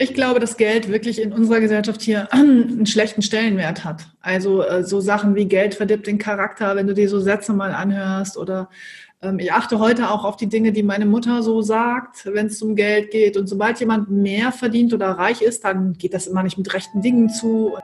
Ich glaube, dass Geld wirklich in unserer Gesellschaft hier einen schlechten Stellenwert hat. Also so Sachen wie Geld verdirbt den Charakter, wenn du dir so Sätze mal anhörst. Oder ich achte heute auch auf die Dinge, die meine Mutter so sagt, wenn es um Geld geht. Und sobald jemand mehr verdient oder reich ist, dann geht das immer nicht mit rechten Dingen zu.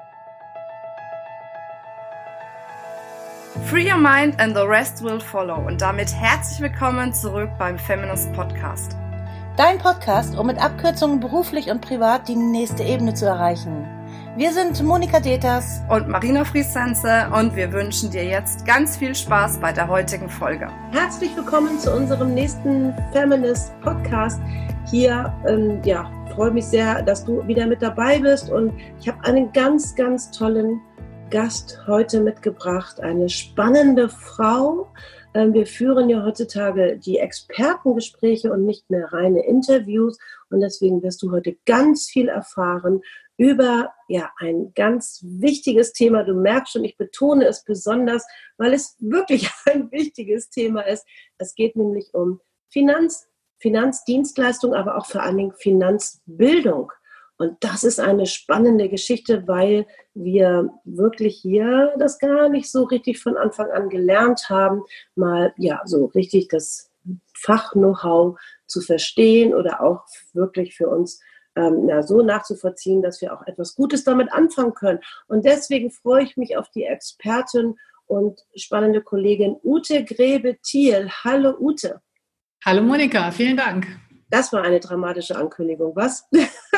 Free your mind and the rest will follow. Und damit herzlich willkommen zurück beim Feminist Podcast. Dein Podcast, um mit Abkürzungen beruflich und privat die nächste Ebene zu erreichen. Wir sind Monika Deters und Marina Friesense und wir wünschen dir jetzt ganz viel Spaß bei der heutigen Folge. Herzlich willkommen zu unserem nächsten Feminist Podcast. Hier, freue mich sehr, dass du wieder mit dabei bist und ich habe einen ganz, ganz tollen Gast heute mitgebracht, eine spannende Frau. Wir führen ja heutzutage die Expertengespräche und nicht mehr reine Interviews und deswegen wirst du heute ganz viel erfahren über ein ganz wichtiges Thema. Du merkst schon, ich betone es besonders, weil es wirklich ein wichtiges Thema ist. Es geht nämlich um Finanzdienstleistung, aber auch vor allen Dingen Finanzbildung. Und das ist eine spannende Geschichte, weil wir wirklich hier das gar nicht so richtig von Anfang an gelernt haben, mal so richtig das Fach-Know-how zu verstehen oder auch wirklich für uns so nachzuvollziehen, dass wir auch etwas Gutes damit anfangen können. Und deswegen freue ich mich auf die Expertin und spannende Kollegin Ute Grebe-Thiel. Hallo Ute. Hallo Monika, vielen Dank. Das war eine dramatische Ankündigung, was?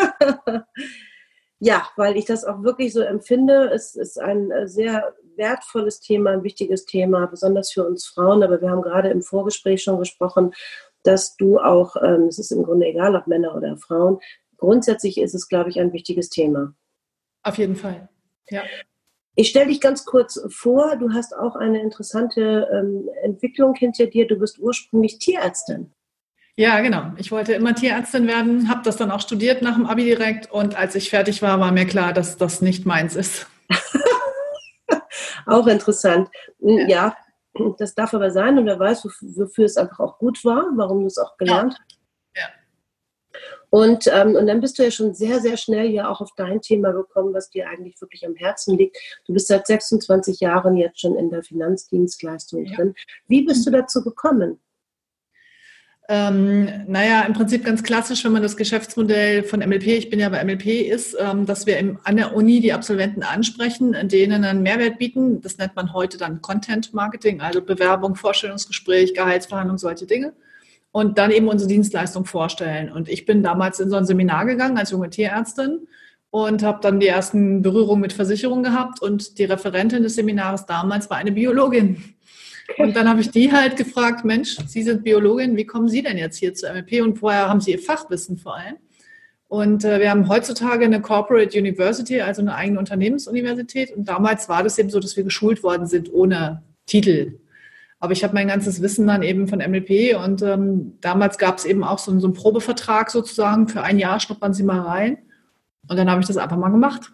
Ja, weil ich das auch wirklich so empfinde. Es ist ein sehr wertvolles Thema, ein wichtiges Thema, besonders für uns Frauen. Aber wir haben gerade im Vorgespräch schon gesprochen, dass du auch, es ist im Grunde egal, ob Männer oder Frauen, grundsätzlich ist es, glaube ich, ein wichtiges Thema. Auf jeden Fall, ja. Ich stelle dich ganz kurz vor, du hast auch eine interessante Entwicklung hinter dir. Du bist ursprünglich Tierärztin. Ja, genau. Ich wollte immer Tierärztin werden, habe das dann auch studiert nach dem Abi direkt und als ich fertig war, war mir klar, dass das nicht meins ist. Auch interessant. Ja, das darf aber sein und wer weiß, wofür es einfach auch gut war, warum du es auch gelernt hast. Ja. Und dann bist du ja schon sehr, sehr schnell ja auch auf dein Thema gekommen, was dir eigentlich wirklich am Herzen liegt. Du bist seit 26 Jahren jetzt schon in der Finanzdienstleistung drin. Wie bist du dazu gekommen? Im Prinzip ganz klassisch, wenn man das Geschäftsmodell von MLP, ich bin ja bei MLP, ist, dass wir an der Uni die Absolventen ansprechen, denen einen Mehrwert bieten. Das nennt man heute dann Content Marketing, also Bewerbung, Vorstellungsgespräch, Gehaltsverhandlung, solche Dinge. Und dann eben unsere Dienstleistung vorstellen. Und ich bin damals in so ein Seminar gegangen als junge Tierärztin und habe dann die ersten Berührungen mit Versicherungen gehabt. Und die Referentin des Seminars damals war eine Biologin. Und dann habe ich die halt gefragt, Mensch, Sie sind Biologin, wie kommen Sie denn jetzt hier zu MLP und woher haben Sie Ihr Fachwissen vor allem? Und wir haben heutzutage eine Corporate University, also eine eigene Unternehmensuniversität und damals war das eben so, dass wir geschult worden sind ohne Titel. Aber ich habe mein ganzes Wissen dann eben von MLP und damals gab es eben auch so einen Probevertrag sozusagen, für ein Jahr schnuppern Sie mal rein und dann habe ich das einfach mal gemacht.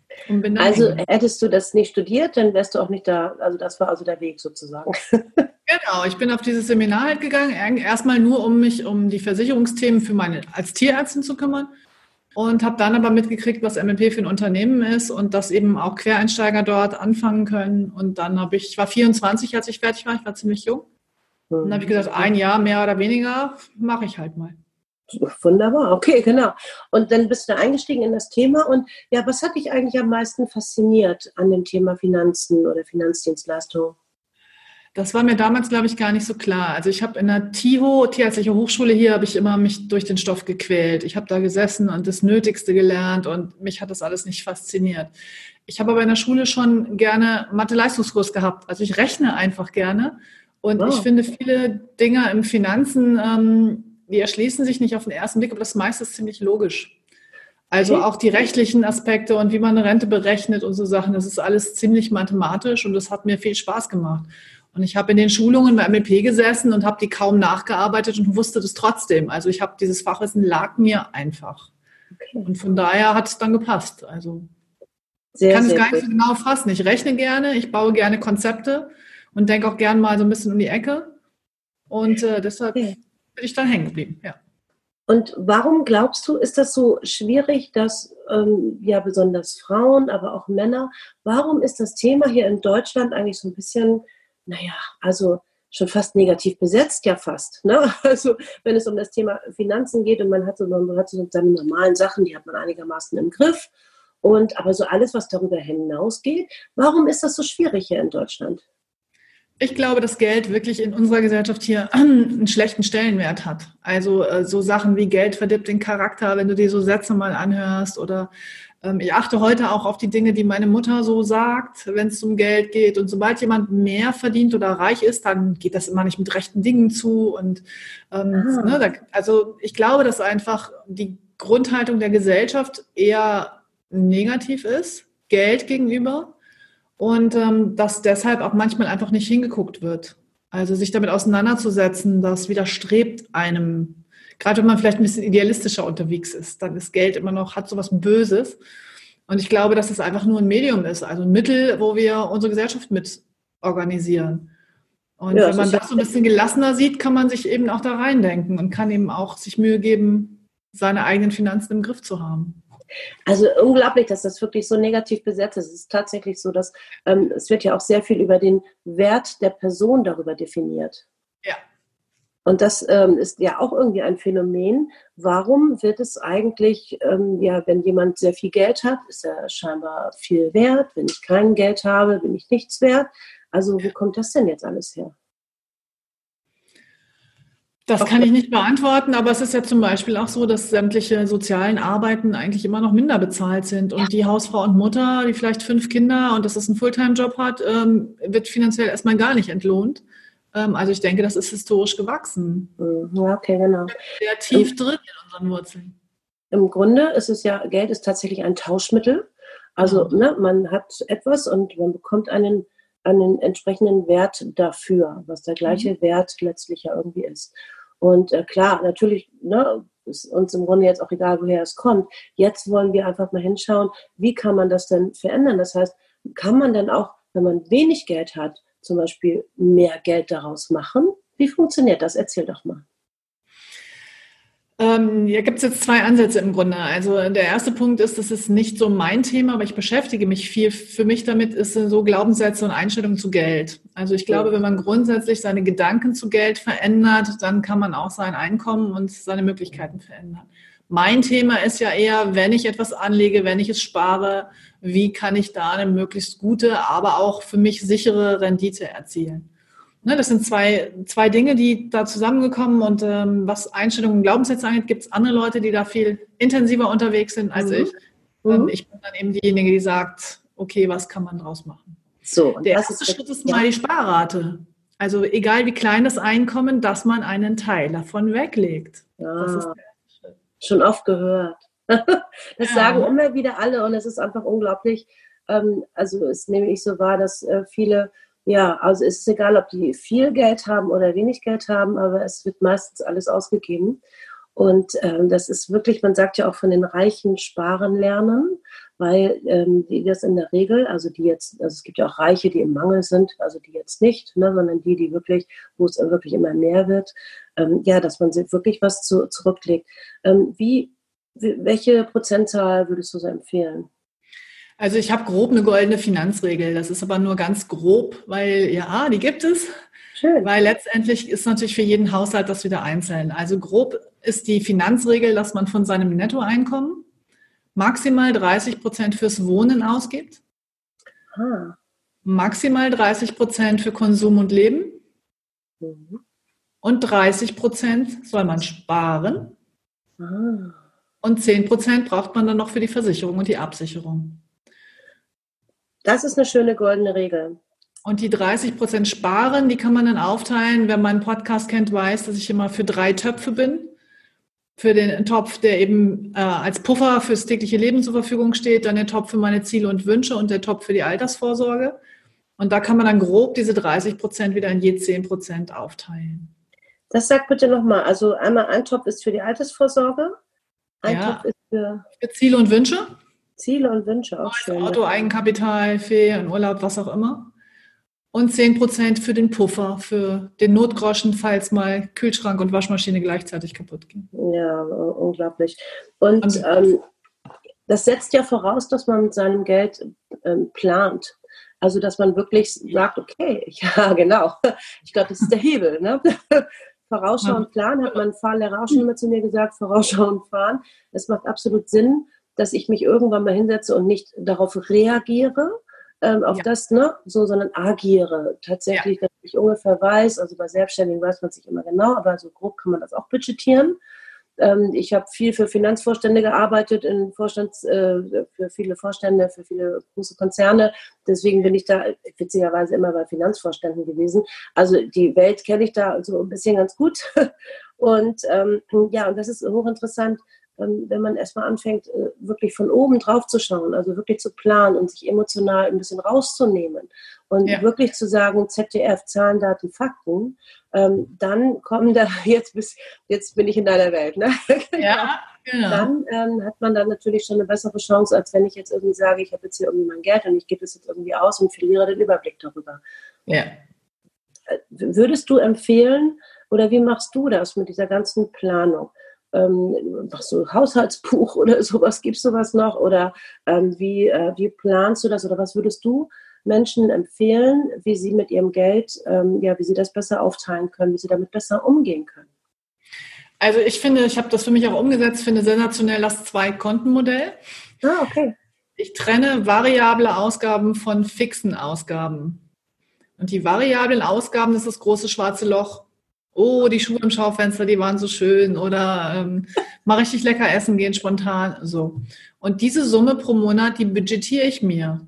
Also hättest du das nicht studiert, dann wärst du auch nicht da, also das war also der Weg sozusagen. Genau, ich bin auf dieses Seminar halt gegangen, erstmal nur um mich um die Versicherungsthemen als Tierärztin zu kümmern und habe dann aber mitgekriegt, was MLP für ein Unternehmen ist und dass eben auch Quereinsteiger dort anfangen können und dann ich war 24, als ich fertig war, ich war ziemlich jung und dann habe ich gesagt, ein Jahr mehr oder weniger mache ich halt mal. Wunderbar, okay, genau. Und dann bist du eingestiegen in das Thema und ja, was hat dich eigentlich am meisten fasziniert an dem Thema Finanzen oder Finanzdienstleistungen? Das war mir damals, glaube ich, gar nicht so klar. Also ich habe in der TIHO, Tierärztliche Hochschule hier, habe ich immer mich durch den Stoff gequält. Ich habe da gesessen und das Nötigste gelernt und mich hat das alles nicht fasziniert. Ich habe aber in der Schule schon gerne Mathe-Leistungskurs gehabt. Also ich rechne einfach gerne und Ich finde viele Dinge im Finanzen, die erschließen sich nicht auf den ersten Blick, aber das meiste ist ziemlich logisch. Also auch die rechtlichen Aspekte und wie man eine Rente berechnet und so Sachen, das ist alles ziemlich mathematisch und das hat mir viel Spaß gemacht. Und ich habe in den Schulungen bei MLP gesessen und habe die kaum nachgearbeitet und wusste das trotzdem. Also ich habe dieses Fachwissen lag mir einfach. Okay. Und von daher hat es dann gepasst. Also ich kann es gar nicht so genau fassen. Ich rechne gerne, ich baue gerne Konzepte und denke auch gerne mal so ein bisschen um die Ecke. Und deshalb bin ich dann hängen geblieben, ja. Und warum glaubst du, ist das so schwierig, dass ja besonders Frauen, aber auch Männer, warum ist das Thema hier in Deutschland eigentlich so ein bisschen, naja, also schon fast negativ besetzt, ja fast. Ne? Also wenn es um das Thema Finanzen geht und man hat so seine normalen Sachen, die hat man einigermaßen im Griff. Aber so alles, was darüber hinausgeht, warum ist das so schwierig hier in Deutschland? Ich glaube, dass Geld wirklich in unserer Gesellschaft hier einen schlechten Stellenwert hat. Also so Sachen wie Geld verdirbt den Charakter, wenn du dir so Sätze mal anhörst. Oder ich achte heute auch auf die Dinge, die meine Mutter so sagt, wenn es um Geld geht. Und sobald jemand mehr verdient oder reich ist, dann geht das immer nicht mit rechten Dingen zu. Und also ich glaube, dass einfach die Grundhaltung der Gesellschaft eher negativ ist, Geld gegenüber. Und dass deshalb auch manchmal einfach nicht hingeguckt wird. Also sich damit auseinanderzusetzen, das widerstrebt einem. Gerade wenn man vielleicht ein bisschen idealistischer unterwegs ist, dann ist Geld immer noch, hat so was Böses. Und ich glaube, dass es einfach nur ein Medium ist, also ein Mittel, wo wir unsere Gesellschaft mit organisieren. Und wenn man das so ein bisschen gelassener sieht, kann man sich eben auch da reindenken und kann eben auch sich Mühe geben, seine eigenen Finanzen im Griff zu haben. Also unglaublich, dass das wirklich so negativ besetzt ist. Es ist tatsächlich so, dass es wird ja auch sehr viel über den Wert der Person darüber definiert. Ja. Und das ist ja auch irgendwie ein Phänomen. Warum wird es eigentlich, wenn jemand sehr viel Geld hat, ist er scheinbar viel wert. Wenn ich kein Geld habe, bin ich nichts wert. Also wo kommt das denn jetzt alles her? Das kann ich nicht beantworten, aber es ist ja zum Beispiel auch so, dass sämtliche sozialen Arbeiten eigentlich immer noch minder bezahlt sind. Und die Hausfrau und Mutter, die vielleicht 5 Kinder und das ist ein Fulltime-Job hat, wird finanziell erstmal gar nicht entlohnt. Also ich denke, das ist historisch gewachsen. Ja, okay, genau. Sehr tief drin in unseren Wurzeln. Im Grunde ist es ja, Geld ist tatsächlich ein Tauschmittel. Also man hat etwas und man bekommt einen entsprechenden Wert dafür, was der gleiche Wert letztlich ja irgendwie ist. Und klar, natürlich ist uns im Grunde jetzt auch egal, woher es kommt. Jetzt wollen wir einfach mal hinschauen, wie kann man das denn verändern? Das heißt, kann man dann auch, wenn man wenig Geld hat, zum Beispiel mehr Geld daraus machen? Wie funktioniert das? Erzähl doch mal. Hier gibt es jetzt 2 Ansätze im Grunde. Also der erste Punkt ist, das ist nicht so mein Thema, aber ich beschäftige mich viel für mich damit, ist so Glaubenssätze und Einstellungen zu Geld. Also ich glaube, wenn man grundsätzlich seine Gedanken zu Geld verändert, dann kann man auch sein Einkommen und seine Möglichkeiten verändern. Mein Thema ist ja eher, wenn ich etwas anlege, wenn ich es spare, wie kann ich da eine möglichst gute, aber auch für mich sichere Rendite erzielen? Das sind zwei Dinge, die da zusammengekommen und was Einstellungen und Glaubenssätze angeht, gibt es andere Leute, die da viel intensiver unterwegs sind als ich. Ich bin dann eben diejenige, die sagt, okay, was kann man draus machen? So, der erste Schritt ist mal die Sparrate. Also egal wie klein das Einkommen, dass man einen Teil davon weglegt. Das ist der erste Schritt. Schon oft gehört. Das sagen immer wieder alle und es ist einfach unglaublich. Also es nehme ich so wahr, dass viele... Ja, also es ist egal, ob die viel Geld haben oder wenig Geld haben, aber es wird meistens alles ausgegeben. Und das ist wirklich, man sagt ja auch von den Reichen sparen lernen, weil die das in der Regel, also es gibt ja auch Reiche, die im Mangel sind, also die jetzt nicht, sondern die wirklich, wo es wirklich immer mehr wird, dass man sich wirklich was zurücklegt. Welche Prozentzahl würdest du so empfehlen? Also ich habe grob eine goldene Finanzregel. Das ist aber nur ganz grob, weil die gibt es. Schön. Weil letztendlich ist natürlich für jeden Haushalt das wieder einzeln. Also grob ist die Finanzregel, dass man von seinem Nettoeinkommen maximal 30% fürs Wohnen ausgibt, maximal 30% für Konsum und Leben und 30% soll man sparen und 10% braucht man dann noch für die Versicherung und die Absicherung. Das ist eine schöne goldene Regel. Und die 30% sparen, die kann man dann aufteilen. Wer meinen Podcast kennt, weiß, dass ich immer für 3 Töpfe bin. Für den Topf, der eben als Puffer fürs tägliche Leben zur Verfügung steht, dann der Topf für meine Ziele und Wünsche und der Topf für die Altersvorsorge. Und da kann man dann grob diese 30% wieder in je 10% aufteilen. Das sag bitte nochmal. Also einmal ein Topf ist für die Altersvorsorge, ein Topf ist für Ziele und Wünsche. Ziele und Wünsche, auch schön. Auto, Eigenkapital, Ferien, Urlaub, was auch immer. und 10% für den Puffer, für den Notgroschen, falls mal Kühlschrank und Waschmaschine gleichzeitig kaputt gehen. Ja, unglaublich. Und das setzt ja voraus, dass man mit seinem Geld plant. Also, dass man wirklich sagt, okay, ja, genau. Ich glaube, das ist der Hebel, ne? Vorausschauend planen, hat mein Fahrlehrer auch schon immer zu mir gesagt, vorausschauend fahren. Es macht absolut Sinn, dass ich mich irgendwann mal hinsetze und nicht darauf reagiere, das, ne, so, sondern agiere. Tatsächlich, dass ich ungefähr weiß, also bei Selbstständigen weiß man es nicht immer genau, aber so grob kann man das auch budgetieren. Ich habe viel für Finanzvorstände gearbeitet, für viele Vorstände, für viele große Konzerne. Deswegen bin ich da witzigerweise immer bei Finanzvorständen gewesen. Also die Welt kenne ich da so ein bisschen ganz gut. Und und das ist hochinteressant, wenn man erstmal anfängt, wirklich von oben drauf zu schauen, also wirklich zu planen und sich emotional ein bisschen rauszunehmen und wirklich zu sagen, ZDF, Zahlen, Daten, Fakten, dann kommen da, jetzt bin ich in deiner Welt, ne? Ja, genau. Dann hat man dann natürlich schon eine bessere Chance, als wenn ich jetzt irgendwie sage, ich habe jetzt hier irgendwie mein Geld und ich gebe es jetzt irgendwie aus und verliere den Überblick darüber. Ja. Würdest du empfehlen, oder wie machst du das mit dieser ganzen Planung? Machst du Haushaltsbuch oder sowas? Gibt es sowas noch? Oder wie planst du das? Oder was würdest du Menschen empfehlen, wie sie mit ihrem Geld, wie sie das besser aufteilen können, wie sie damit besser umgehen können? Also ich finde, ich habe das für mich auch umgesetzt, finde sensationell das Zwei-Konten-Modell. Ah, okay. Ich trenne variable Ausgaben von fixen Ausgaben. Und die variablen Ausgaben, das ist das große schwarze Loch. Oh, die Schuhe im Schaufenster, die waren so schön. Oder mal richtig lecker essen gehen, spontan. So. Und diese Summe pro Monat, die budgetiere ich mir.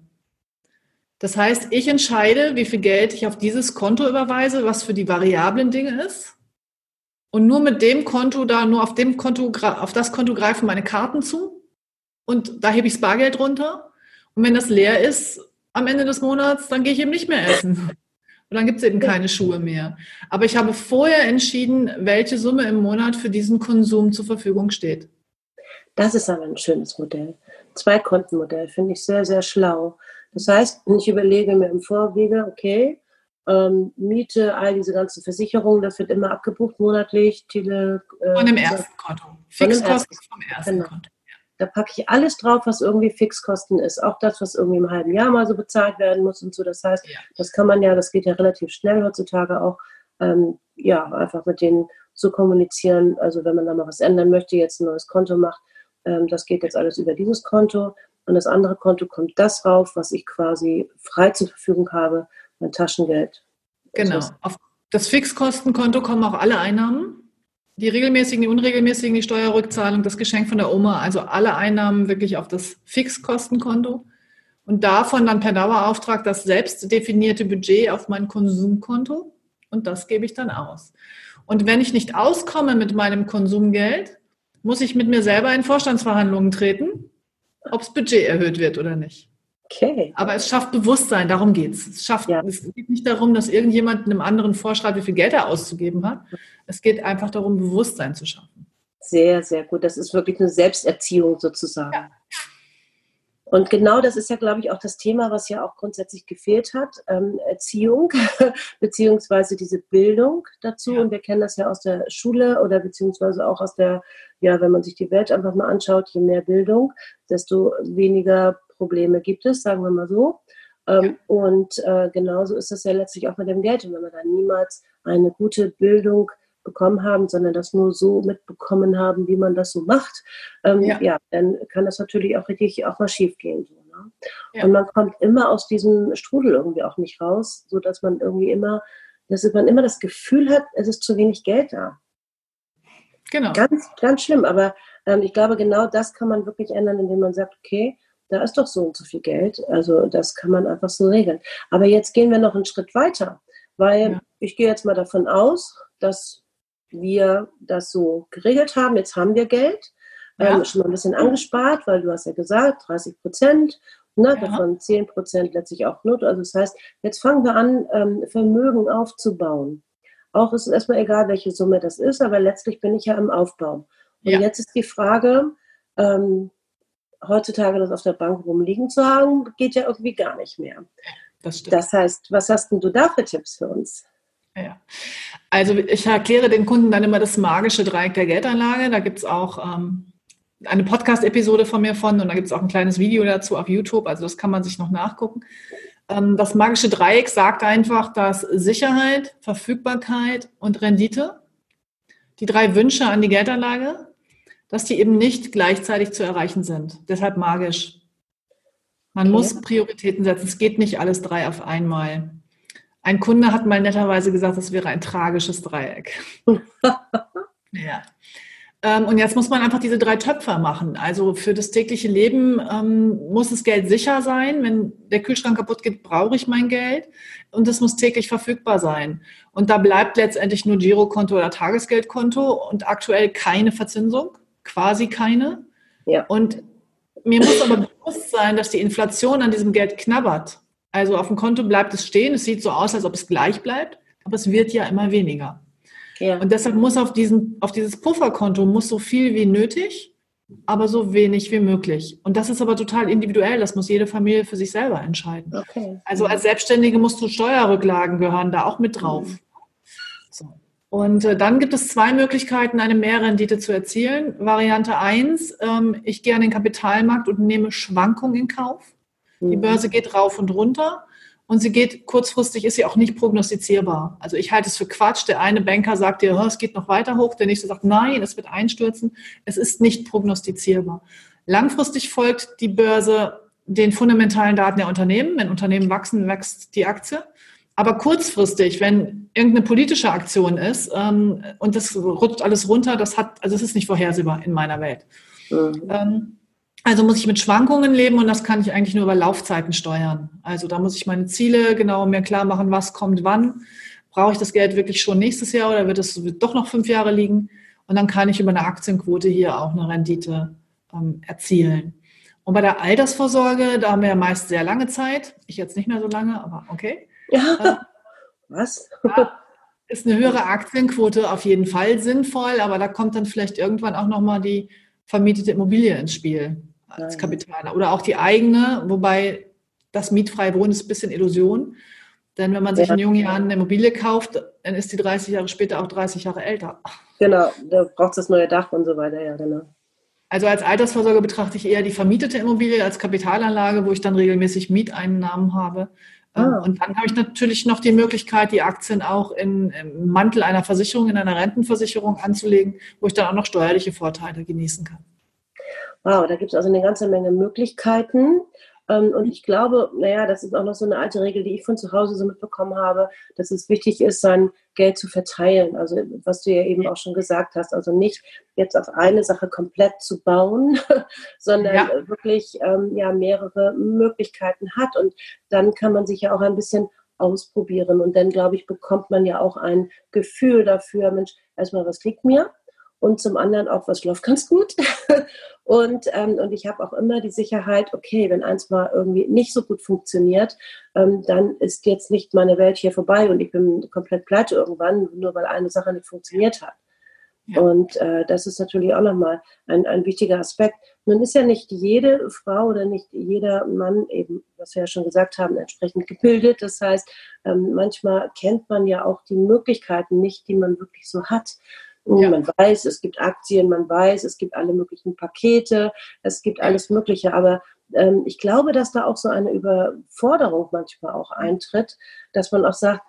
Das heißt, ich entscheide, wie viel Geld ich auf dieses Konto überweise, was für die variablen Dinge ist. Und nur mit dem Konto nur auf das Konto greifen meine Karten zu. Und da hebe ich das Bargeld runter. Und wenn das leer ist, am Ende des Monats, dann gehe ich eben nicht mehr essen. Und dann gibt es eben keine Schuhe mehr. Aber ich habe vorher entschieden, welche Summe im Monat für diesen Konsum zur Verfügung steht. Das ist aber ein schönes Modell. Zwei-Konten-Modell finde ich sehr, sehr schlau. Das heißt, ich überlege mir im Vorwege, okay, Miete, all diese ganzen Versicherungen, das wird immer abgebucht monatlich. Von dem ersten Konto. Fixkosten vom ersten Konto. Da packe ich alles drauf, was irgendwie Fixkosten ist. Auch das, was irgendwie im halben Jahr mal so bezahlt werden muss und so. Das heißt, das geht ja relativ schnell heutzutage auch, einfach mit denen so kommunizieren. Also wenn man da mal was ändern möchte, jetzt ein neues Konto macht, das geht jetzt alles über dieses Konto. Und das andere Konto kommt das rauf, was ich quasi frei zur Verfügung habe, mein Taschengeld. Genau. Auf das Fixkostenkonto kommen auch alle Einnahmen. Die regelmäßigen, die unregelmäßigen, die Steuerrückzahlung, das Geschenk von der Oma, also alle Einnahmen wirklich auf das Fixkostenkonto und davon dann per Dauerauftrag das selbst definierte Budget auf mein Konsumkonto und das gebe ich dann aus. Und wenn ich nicht auskomme mit meinem Konsumgeld, muss ich mit mir selber in Vorstandsverhandlungen treten, ob das Budget erhöht wird oder nicht. Okay. Aber es schafft Bewusstsein, darum geht es. Es geht nicht darum, dass irgendjemand einem anderen vorschreibt, wie viel Geld er auszugeben hat. Es geht einfach darum, Bewusstsein zu schaffen. Sehr, sehr gut. Das ist wirklich eine Selbsterziehung sozusagen. Ja. Und genau das ist ja, glaube ich, auch das Thema, was ja auch grundsätzlich gefehlt hat. Erziehung, beziehungsweise diese Bildung dazu. Ja. Und wir kennen das ja aus der Schule oder beziehungsweise auch aus der, wenn man sich die Welt einfach mal anschaut, je mehr Bildung, desto weniger Probleme gibt es, sagen wir mal so. Und genauso ist das ja letztlich auch mit dem Geld. Und wenn wir dann niemals eine gute Bildung bekommen haben, sondern das nur so mitbekommen haben, wie man das so macht, dann kann das natürlich auch mal schief gehen. So, ne? Ja. Und man kommt immer aus diesem Strudel irgendwie auch nicht raus, sodass man immer das Gefühl hat, es ist zu wenig Geld da. Genau. Ganz, ganz schlimm. Aber ich glaube, genau das kann man wirklich ändern, indem man sagt, okay, da ist doch so und so viel Geld. Also das kann man einfach so regeln. Aber jetzt gehen wir noch einen Schritt weiter, weil ich gehe jetzt mal davon aus, dass wir das so geregelt haben. Jetzt haben wir Geld, schon mal ein bisschen angespart, weil du hast ja gesagt, 30%, davon 10% letztlich auch Not. Also das heißt, jetzt fangen wir an, Vermögen aufzubauen. Auch ist es erstmal egal, welche Summe das ist, aber letztlich bin ich ja im Aufbau. Und jetzt ist die Frage, heutzutage das auf der Bank rumliegen zu haben, geht ja irgendwie gar nicht mehr. das stimmt. Das heißt, was hast denn du da für Tipps für uns? Ja. Also ich erkläre den Kunden dann immer das magische Dreieck der Geldanlage. Da gibt es auch eine Podcast-Episode von mir und da gibt es auch ein kleines Video dazu auf YouTube. Also das kann man sich noch nachgucken. Das magische Dreieck sagt einfach, dass Sicherheit, Verfügbarkeit und Rendite, die 3 Wünsche an die Geldanlage, dass die eben nicht gleichzeitig zu erreichen sind. Deshalb magisch. Man muss Prioritäten setzen. Es geht nicht alles 3 auf einmal. Ein Kunde hat mal netterweise gesagt, das wäre ein tragisches Dreieck. Ja. Und jetzt muss man einfach diese 3 Töpfe machen. Also für das tägliche Leben muss das Geld sicher sein. Wenn der Kühlschrank kaputt geht, brauche ich mein Geld. Und es muss täglich verfügbar sein. Und da bleibt letztendlich nur Girokonto oder Tagesgeldkonto und aktuell keine Verzinsung, quasi keine. Ja. Und mir muss aber bewusst sein, dass die Inflation an diesem Geld knabbert. Also auf dem Konto bleibt es stehen. Es sieht so aus, als ob es gleich bleibt, aber es wird ja immer weniger. Ja. Und deshalb muss auf dieses Pufferkonto muss so viel wie nötig, aber so wenig wie möglich. Und das ist aber total individuell. Das muss jede Familie für sich selber entscheiden. Okay. Also als Selbstständige musst du Steuerrücklagen gehören da auch mit drauf. So. Und dann gibt es 2 Möglichkeiten, eine Mehrrendite zu erzielen. Variante 1, ich gehe an den Kapitalmarkt und nehme Schwankungen in Kauf. Die Börse geht rauf und runter und sie geht kurzfristig, ist sie auch nicht prognostizierbar. Also ich halte es für Quatsch. Der eine Banker sagt dir, es geht noch weiter hoch. Der nächste sagt, nein, es wird einstürzen. Es ist nicht prognostizierbar. Langfristig folgt die Börse den fundamentalen Daten der Unternehmen. Wenn Unternehmen wachsen, wächst die Aktie. Aber kurzfristig, wenn irgendeine politische Aktion ist und das rutscht alles runter, das ist nicht vorhersehbar in meiner Welt. Also muss ich mit Schwankungen leben und das kann ich eigentlich nur über Laufzeiten steuern. Also da muss ich meine Ziele genau mir klar machen, was kommt wann. Brauche ich das Geld wirklich schon nächstes Jahr oder wird es doch noch 5 Jahre liegen? Und dann kann ich über eine Aktienquote hier auch eine Rendite erzielen. Und bei der Altersvorsorge, da haben wir ja meist sehr lange Zeit. Ich jetzt nicht mehr so lange, aber okay. Was? Da ist eine höhere Aktienquote auf jeden Fall sinnvoll, aber da kommt dann vielleicht irgendwann auch nochmal die vermietete Immobilie ins Spiel als Kapital. Oder auch die eigene, wobei das mietfreie Wohnen ist ein bisschen Illusion. Denn wenn man sich in jungen Jahren eine Immobilie kauft, dann ist die 30 Jahre später auch 30 Jahre älter. Genau, da braucht es das neue Dach und so weiter, ja, genau. Also als Altersvorsorge betrachte ich eher die vermietete Immobilie als Kapitalanlage, wo ich dann regelmäßig Mieteinnahmen habe. Und dann habe ich natürlich noch die Möglichkeit, die Aktien auch im Mantel einer Versicherung, in einer Rentenversicherung anzulegen, wo ich dann auch noch steuerliche Vorteile genießen kann. Wow, da gibt es also eine ganze Menge Möglichkeiten. Und ich glaube, das ist auch noch so eine alte Regel, die ich von zu Hause so mitbekommen habe, dass es wichtig ist, sein Geld zu verteilen. Also was du ja eben auch schon gesagt hast, also nicht jetzt auf eine Sache komplett zu bauen, sondern wirklich mehrere Möglichkeiten hat. Und dann kann man sich ja auch ein bisschen ausprobieren. Und dann, glaube ich, bekommt man ja auch ein Gefühl dafür, Mensch, erstmal, was liegt mir? Und zum anderen auch, was läuft ganz gut. Und ich habe auch immer die Sicherheit, okay, wenn eins mal irgendwie nicht so gut funktioniert, dann ist jetzt nicht meine Welt hier vorbei und ich bin komplett pleite irgendwann, nur weil eine Sache nicht funktioniert hat. Ja. Und das ist natürlich auch nochmal ein wichtiger Aspekt. Nun ist ja nicht jede Frau oder nicht jeder Mann eben, was wir ja schon gesagt haben, entsprechend gebildet. Das heißt, manchmal kennt man ja auch die Möglichkeiten nicht, die man wirklich so hat. Ja. Man weiß, es gibt Aktien, man weiß, es gibt alle möglichen Pakete, es gibt alles Mögliche, aber ich glaube, dass da auch so eine Überforderung manchmal auch eintritt, dass man auch sagt,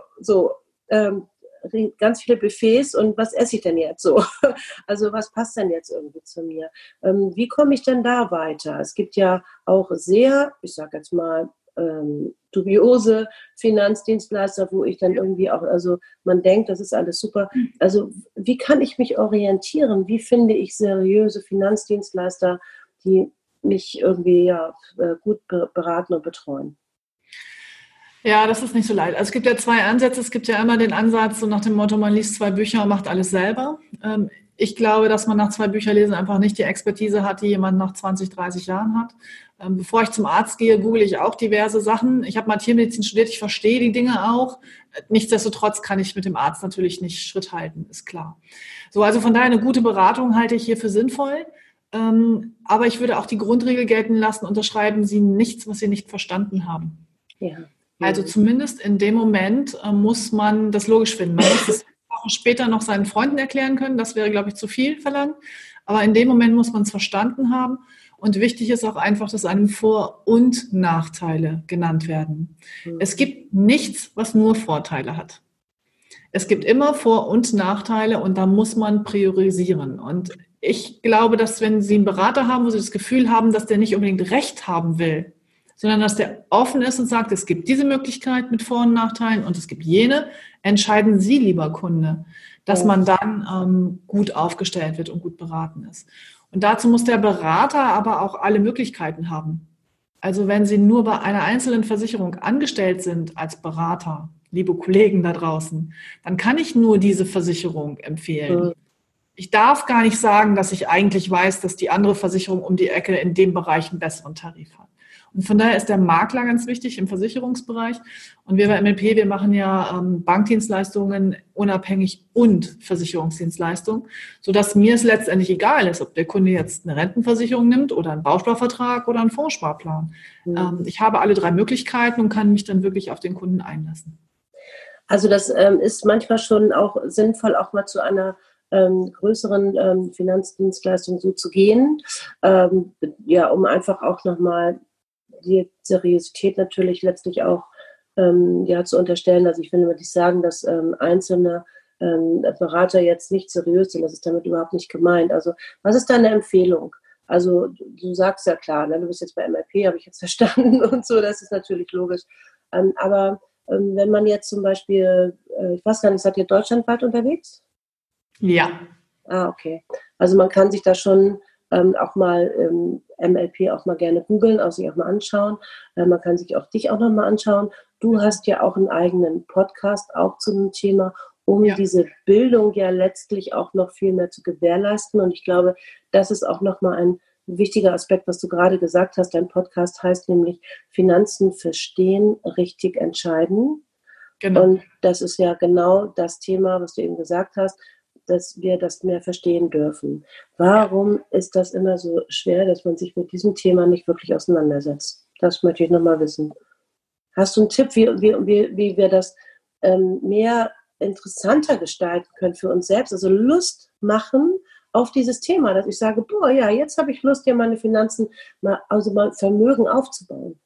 ganz viele Buffets und was esse ich denn jetzt so? Also was passt denn jetzt irgendwie zu mir? Wie komme ich denn da weiter? Es gibt ja auch sehr, ich sage jetzt mal, dubiose Finanzdienstleister, wo ich dann irgendwie auch, also man denkt, das ist alles super. Also wie kann ich mich orientieren? Wie finde ich seriöse Finanzdienstleister, die mich irgendwie gut beraten und betreuen? Ja, das ist nicht so leicht. Also es gibt ja 2 Ansätze. Es gibt ja immer den Ansatz, so nach dem Motto, man liest 2 Bücher und macht alles selber. Ich glaube, dass man nach 2 Bücherlesen einfach nicht die Expertise hat, die jemand nach 20, 30 Jahren hat. Bevor ich zum Arzt gehe, google ich auch diverse Sachen. Ich habe mal Tiermedizin studiert, ich verstehe die Dinge auch. Nichtsdestotrotz kann ich mit dem Arzt natürlich nicht Schritt halten, ist klar. So, also von daher eine gute Beratung halte ich hier für sinnvoll. Aber ich würde auch die Grundregel gelten lassen, unterschreiben Sie nichts, was Sie nicht verstanden haben. Ja. Also zumindest in dem Moment muss man das logisch finden. Man muss es auch später noch seinen Freunden erklären können. Das wäre, glaube ich, zu viel verlangt. Aber in dem Moment muss man es verstanden haben. Und wichtig ist auch einfach, dass einem Vor- und Nachteile genannt werden. Es gibt nichts, was nur Vorteile hat. Es gibt immer Vor- und Nachteile und da muss man priorisieren. Und ich glaube, dass wenn Sie einen Berater haben, wo Sie das Gefühl haben, dass der nicht unbedingt Recht haben will, sondern dass der offen ist und sagt, es gibt diese Möglichkeit mit Vor- und Nachteilen und es gibt jene, entscheiden Sie, lieber Kunde, dass man dann gut aufgestellt wird und gut beraten ist. Und dazu muss der Berater aber auch alle Möglichkeiten haben. Also wenn Sie nur bei einer einzelnen Versicherung angestellt sind als Berater, liebe Kollegen da draußen, dann kann ich nur diese Versicherung empfehlen. Ich darf gar nicht sagen, dass ich eigentlich weiß, dass die andere Versicherung um die Ecke in dem Bereich einen besseren Tarif hat. Und von daher ist der Makler ganz wichtig im Versicherungsbereich. Und wir bei MLP, wir machen ja Bankdienstleistungen unabhängig und Versicherungsdienstleistungen, sodass mir es letztendlich egal ist, ob der Kunde jetzt eine Rentenversicherung nimmt oder einen Bausparvertrag oder einen Fondssparplan. Ich habe alle 3 Möglichkeiten und kann mich dann wirklich auf den Kunden einlassen. Also das ist manchmal schon auch sinnvoll, auch mal zu einer größeren Finanzdienstleistung so zu gehen, um einfach auch nochmal die Seriosität natürlich letztlich auch zu unterstellen. Also ich will immer nicht sagen, dass einzelne Berater jetzt nicht seriös sind. Das ist damit überhaupt nicht gemeint. Also was ist deine Empfehlung? Also du sagst ja klar, ne, du bist jetzt bei MLP, habe ich jetzt verstanden und so, das ist natürlich logisch. Aber wenn man jetzt zum Beispiel, ich weiß gar nicht, seid ihr deutschlandweit unterwegs? Ja. Ah, okay. Also man kann sich da schon auch mal MLP auch mal gerne googeln, auch sich auch mal anschauen. Man kann sich auch dich auch noch mal anschauen. Du hast ja auch einen eigenen Podcast auch zu dem Thema, um diese Bildung ja letztlich auch noch viel mehr zu gewährleisten. Und ich glaube, das ist auch noch mal ein wichtiger Aspekt, was du gerade gesagt hast. Dein Podcast heißt nämlich Finanzen verstehen, richtig entscheiden. Genau. Und das ist ja genau das Thema, was du eben gesagt hast, dass wir das mehr verstehen dürfen. Warum ist das immer so schwer, dass man sich mit diesem Thema nicht wirklich auseinandersetzt? Das möchte ich nochmal wissen. Hast du einen Tipp, wie wir das mehr interessanter gestalten können für uns selbst? Also Lust machen auf dieses Thema, dass ich sage, jetzt habe ich Lust, ja meine Finanzen, mal Vermögen aufzubauen.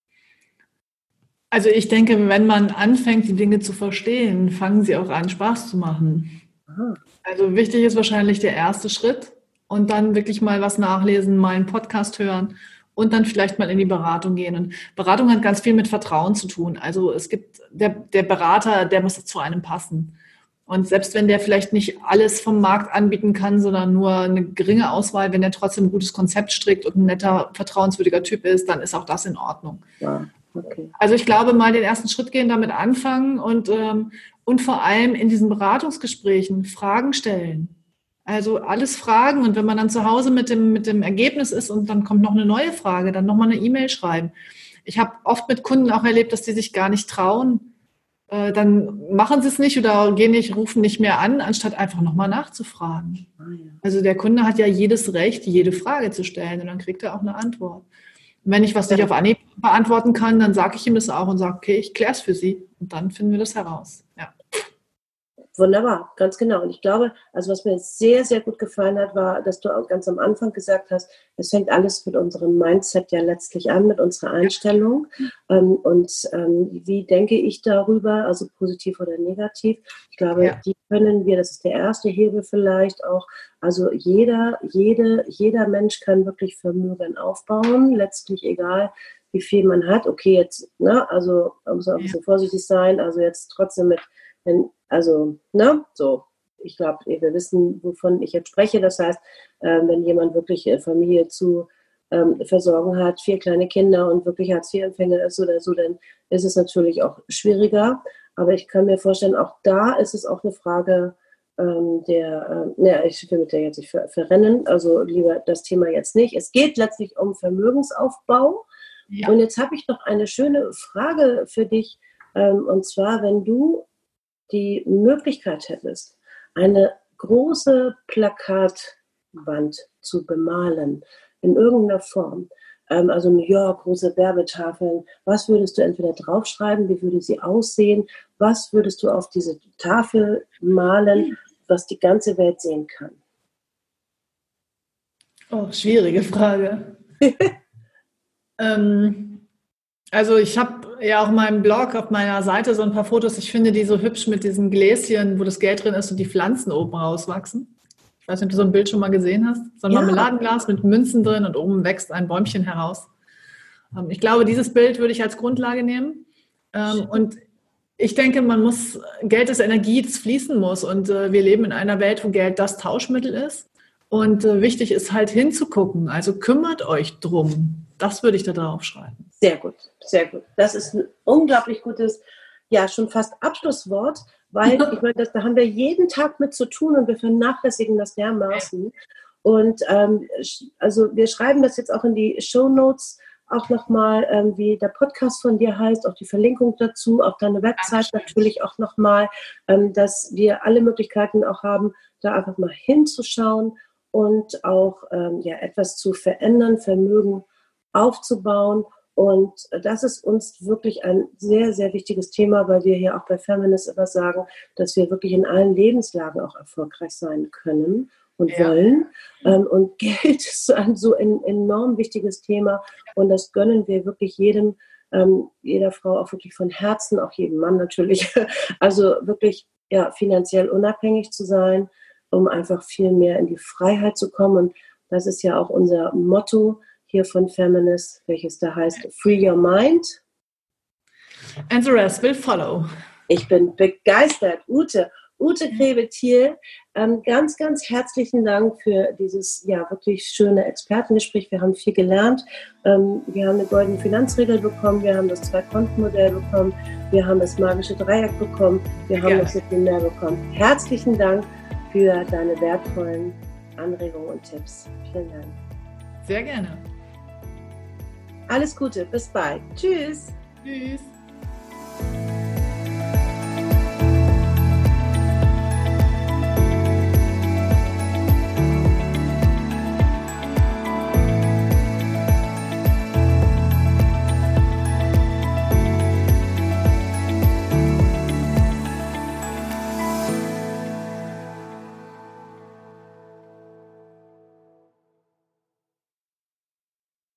Also ich denke, wenn man anfängt, die Dinge zu verstehen, fangen sie auch an, Spaß zu machen. Also wichtig ist wahrscheinlich der erste Schritt und dann wirklich mal was nachlesen, mal einen Podcast hören und dann vielleicht mal in die Beratung gehen. Und Beratung hat ganz viel mit Vertrauen zu tun. Also es gibt der Berater, der muss zu einem passen. Und selbst wenn der vielleicht nicht alles vom Markt anbieten kann, sondern nur eine geringe Auswahl, wenn der trotzdem ein gutes Konzept strickt und ein netter, vertrauenswürdiger Typ ist, dann ist auch das in Ordnung. Ja, okay. Also ich glaube, mal den ersten Schritt gehen, damit anfangen und vor allem in diesen Beratungsgesprächen Fragen stellen. Also alles fragen und wenn man dann zu Hause mit dem Ergebnis ist und dann kommt noch eine neue Frage, dann nochmal eine E-Mail schreiben. Ich habe oft mit Kunden auch erlebt, dass die sich gar nicht trauen. Dann machen sie es nicht oder rufen nicht mehr an, anstatt einfach nochmal nachzufragen. Also der Kunde hat ja jedes Recht, jede Frage zu stellen und dann kriegt er auch eine Antwort. Und wenn ich was nicht auf Anhieb beantworten kann, dann sage ich ihm das auch und sage, okay, ich kläre es für Sie und dann finden wir das heraus. Ja. Wunderbar, ganz genau. Und ich glaube, also was mir sehr, sehr gut gefallen hat, war, dass du auch ganz am Anfang gesagt hast, es fängt alles mit unserem Mindset ja letztlich an, mit unserer Einstellung. Wie denke ich darüber, also positiv oder negativ? Ich glaube, die können wir, das ist der erste Hebel vielleicht auch, also jeder Mensch kann wirklich Vermögen aufbauen, letztlich egal, wie viel man hat. Okay, jetzt, ne, also man muss auch ein bisschen vorsichtig sein, also jetzt trotzdem ich glaube, wir wissen, wovon ich jetzt spreche. Das heißt, wenn jemand wirklich Familie zu versorgen hat, 4 kleine Kinder und wirklich Hartz-IV-Empfänger ist oder so, dann ist es natürlich auch schwieriger. Aber ich kann mir vorstellen, auch da ist es auch eine Frage ich will mit der jetzt nicht verrennen, also lieber das Thema jetzt nicht. Es geht letztlich um Vermögensaufbau. Ja. Und jetzt habe ich noch eine schöne Frage für dich, und zwar, wenn du die Möglichkeit hättest, eine große Plakatwand zu bemalen, in irgendeiner Form, also New York, große Werbetafeln. Was würdest du entweder draufschreiben? Wie würde sie aussehen? Was würdest du auf diese Tafel malen, was die ganze Welt sehen kann? Oh, schwierige Frage. Also ich habe ja auch in meinem Blog auf meiner Seite so ein paar Fotos. Ich finde die so hübsch mit diesen Gläschen, wo das Geld drin ist und die Pflanzen oben rauswachsen. Ich weiß nicht, ob du so ein Bild schon mal gesehen hast. So ein Marmeladenglas mit Münzen drin und oben wächst ein Bäumchen heraus. Ich glaube, dieses Bild würde ich als Grundlage nehmen. Und ich denke, Geld ist Energie, das fließen muss. Und wir leben in einer Welt, wo Geld das Tauschmittel ist. Und wichtig ist halt hinzugucken. Also kümmert euch drum. Das würde ich da drauf schreiben. Sehr gut, sehr gut. Das ist ein unglaublich gutes, ja, schon fast Abschlusswort, weil ich meine, da haben wir jeden Tag mit zu tun und wir vernachlässigen das dermaßen. Und also wir schreiben das jetzt auch in die Shownotes auch nochmal, wie der Podcast von dir heißt, auch die Verlinkung dazu, auf deine Website natürlich auch nochmal, dass wir alle Möglichkeiten auch haben, da einfach mal hinzuschauen und auch etwas zu verändern, Vermögen aufzubauen. Und das ist uns wirklich ein sehr, sehr wichtiges Thema, weil wir hier auch bei Feminist immer sagen, dass wir wirklich in allen Lebenslagen auch erfolgreich sein können und wollen. Und Geld ist ein so enorm wichtiges Thema und das gönnen wir wirklich jeder Frau auch wirklich von Herzen, auch jedem Mann natürlich. Also wirklich finanziell unabhängig zu sein, um einfach viel mehr in die Freiheit zu kommen. Und das ist ja auch unser Motto hier von Feminist, welches da heißt Free Your Mind. And the rest will follow. Ich bin begeistert. Ute Grebe-Thiel, ganz, ganz herzlichen Dank für dieses wirklich schöne Expertengespräch. Wir haben viel gelernt. Wir haben eine goldene Finanzregel bekommen. Wir haben das Zwei-Konten-Modell bekommen. Wir haben das magische Dreieck bekommen. Wir haben noch so viel mehr bekommen. Herzlichen Dank für deine wertvollen Anregungen und Tipps. Vielen Dank. Sehr gerne. Alles Gute, bis bald. Tschüss. Tschüss.